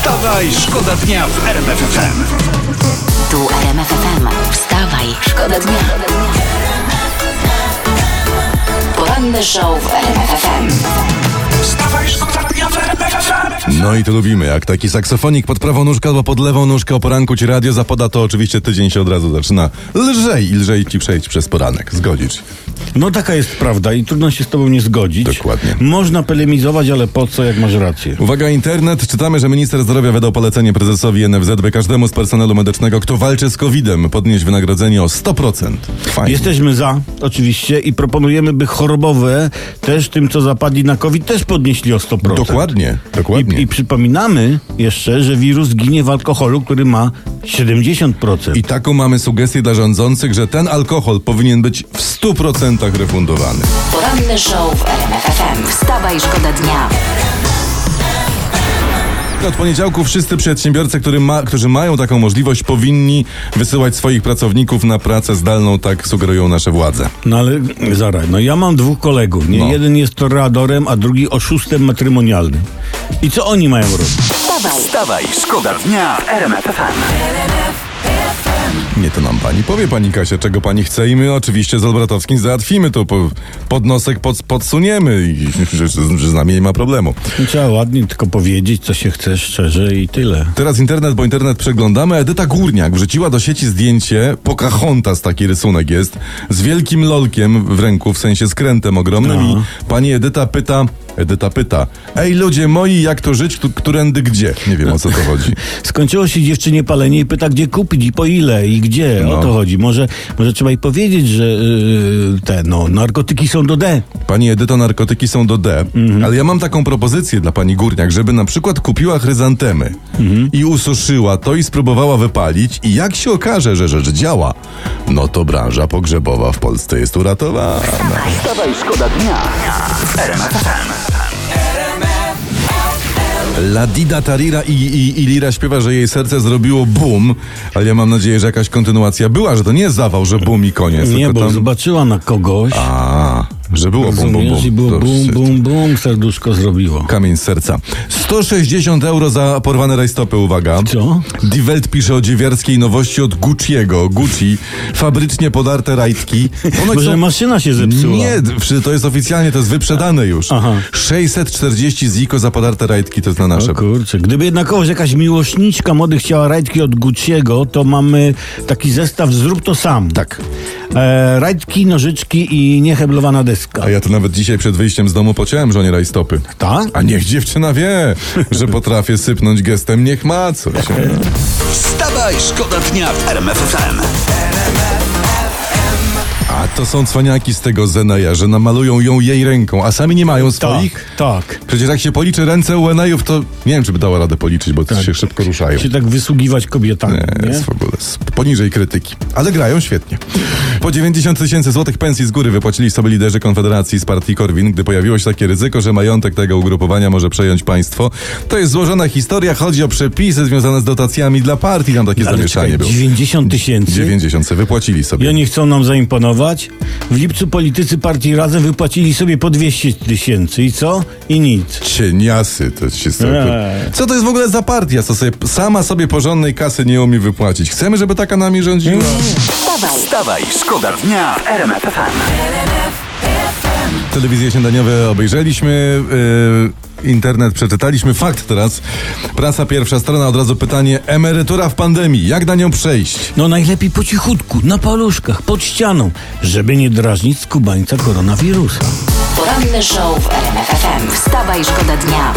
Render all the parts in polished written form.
Wstawaj, szkoda dnia w RMF FM. Tu RMF FM. Wstawaj, szkoda dnia. Poranny show w RMF FM. Wstawaj, szkoda dnia w RMF FM. No i to lubimy, jak taki saksofonik pod prawą nóżkę albo pod lewą nóżkę o poranku ci radio zapoda, to oczywiście tydzień się od razu zaczyna lżej ci przejść przez poranek. Zgodzisz się? No taka jest prawda i trudno się z tobą nie zgodzić. Dokładnie. Można polemizować, ale po co, jak masz rację? Uwaga, internet. Czytamy, że minister zdrowia wydał polecenie prezesowi NFZ, by każdemu z personelu medycznego, kto walczy z COVID-em, podnieść wynagrodzenie o 100%. Fajnie. Jesteśmy za, oczywiście, i proponujemy, by chorobowe też tym, co zapadli na COVID, też podnieśli o 100%. Dokładnie. I przypominamy jeszcze, że wirus ginie w alkoholu, który ma 70%. I taką mamy sugestię dla rządzących, że ten alkohol powinien być w 100% refundowany. Poranny show w RMF FM. Wstawaj, szkoda dnia. Od poniedziałku wszyscy przedsiębiorcy, którzy mają taką możliwość, powinni wysyłać swoich pracowników na pracę zdalną, tak sugerują nasze władze. No ale zaraz, ja mam dwóch kolegów, nie? No. Jeden jest toreadorem, a drugi oszustem matrymonialnym. I co oni mają robić? Wstawaj, szkoda dnia w RMF FM. Nie to nam pani powie, pani Kasia, czego pani chce i my oczywiście z Olbratowskim załatwimy to, pod nosek podsuniemy i że z nami nie ma problemu. Trzeba ładnie tylko powiedzieć, co się chce, szczerze i tyle. Teraz internet, bo internet przeglądamy. Edyta Górniak wrzuciła do sieci zdjęcie, Pocahontas taki rysunek jest, z wielkim lolkiem w ręku, w sensie skrętem ogromnym i pani Edyta pyta, ej ludzie moi, jak to żyć, którędy gdzie? Nie wiem, o co to chodzi. Skończyło się dziewczynie palenie i pyta, gdzie kupić i po ile i gdzie. O to chodzi. Może trzeba jej powiedzieć, że narkotyki są do D. Pani Edyto, narkotyki są do D, ale ja mam taką propozycję dla pani Górniak, żeby na przykład kupiła chryzantemy i ususzyła to i spróbowała wypalić i jak się okaże, że rzecz działa, no to branża pogrzebowa w Polsce jest uratowana. Wstawaj, szkoda dnia w RMF FM. La Dida Tarira i Lira śpiewa, że jej serce zrobiło boom, ale ja mam nadzieję, że jakaś kontynuacja była, że to nie jest zawał, że boom i koniec. Nie, tylko bo tam... zobaczyła na kogoś. Że było bum, bum, bum. I było bum, serduszko zrobiło. Kamień z serca. 160 euro za porwane rajstopy, uwaga. Co? Die Welt pisze o dziewiarskiej nowości od Gucci'ego. Gucci, fabrycznie podarte rajtki. Może maszyna się zepsuła. Nie, to jest oficjalnie, to jest wyprzedane już. Aha. 640 ziko za podarte rajtki, to jest na nasze. O kurczę, gdyby jednakowoż jakaś miłośniczka mody chciała rajtki od Gucci'ego, to mamy taki zestaw Zrób to sam. Tak. Rajtki, nożyczki i nieheblowana deska. A ja to nawet dzisiaj przed wyjściem z domu pociąłem żonie rajstopy. Tak? A niech dziewczyna wie, że potrafię sypnąć gestem, niech ma coś. Wstawaj, szkoda dnia w RMF FM. A to są cwaniaki z tego Zeneja, że namalują ją jej ręką, a sami nie mają swoich? Tak. Przecież jak się policzy ręce u Enejów, to nie wiem, czy by dała radę policzyć, bo się szybko ruszają. Się tak wysługiwać kobietami, nie? Jest w ogóle poniżej krytyki. Ale grają świetnie. Po 90 000 złotych pensji z góry wypłacili sobie liderzy Konfederacji z partii Korwin, gdy pojawiło się takie ryzyko, że majątek tego ugrupowania może przejąć państwo. To jest złożona historia, chodzi o przepisy związane z dotacjami dla partii, tam takie zamieszanie było. 90 000? 90 wypłacili sobie. I oni chcą nam zaimponować. W lipcu politycy partii Razem wypłacili sobie po 200 000. I co? I nic. Cieniasy to się Co to jest w ogóle za partia, co sama sobie porządnej kasy nie umie wypłacić? Chcemy, żeby taka nami rządziła? Wstawaj, szkoda dnia w RMF FM. Telewizje śniadaniowe obejrzeliśmy, internet przeczytaliśmy. Fakt teraz. Prasa, pierwsza strona, od razu pytanie. Emerytura w pandemii. Jak na nią przejść? No najlepiej po cichutku, na paluszkach, pod ścianą, żeby nie drażnić skubańca koronawirusa. Poranny show w RMF FM. Wstawaj, szkoda dnia.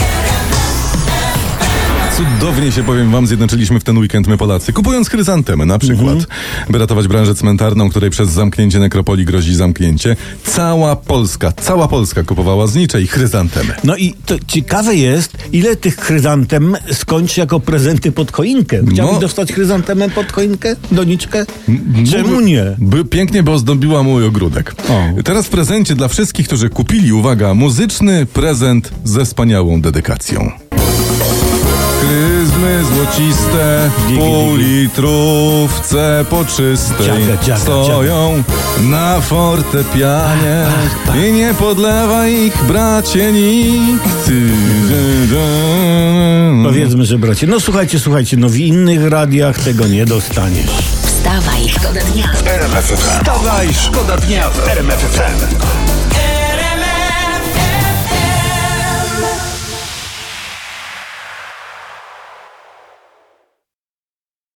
Cudownie się, powiem wam, zjednoczyliśmy w ten weekend my Polacy, kupując chryzantemy na przykład, by ratować branżę cmentarną, której przez zamknięcie nekropolii grozi zamknięcie. Cała Polska kupowała znicze i chryzantemy. No i to ciekawe jest, ile tych chryzantem skończy jako prezenty pod choinkę. Chciałbyś dostać chryzantemem pod choinkę? Doniczkę? Czemu nie? Pięknie by ozdobiła mój ogródek. Teraz w prezencie dla wszystkich, którzy kupili, uwaga, muzyczny prezent ze wspaniałą dedykacją. Kryzmy złociste, pół litrówce poczystej stoją na fortepianie i nie podlewa ich, bracie, nikt. Powiedzmy, że bracie. No słuchajcie, no w innych radiach tego nie dostaniesz. Wstawaj, szkoda dnia. Wstawaj, szkoda dnia w RMF FM.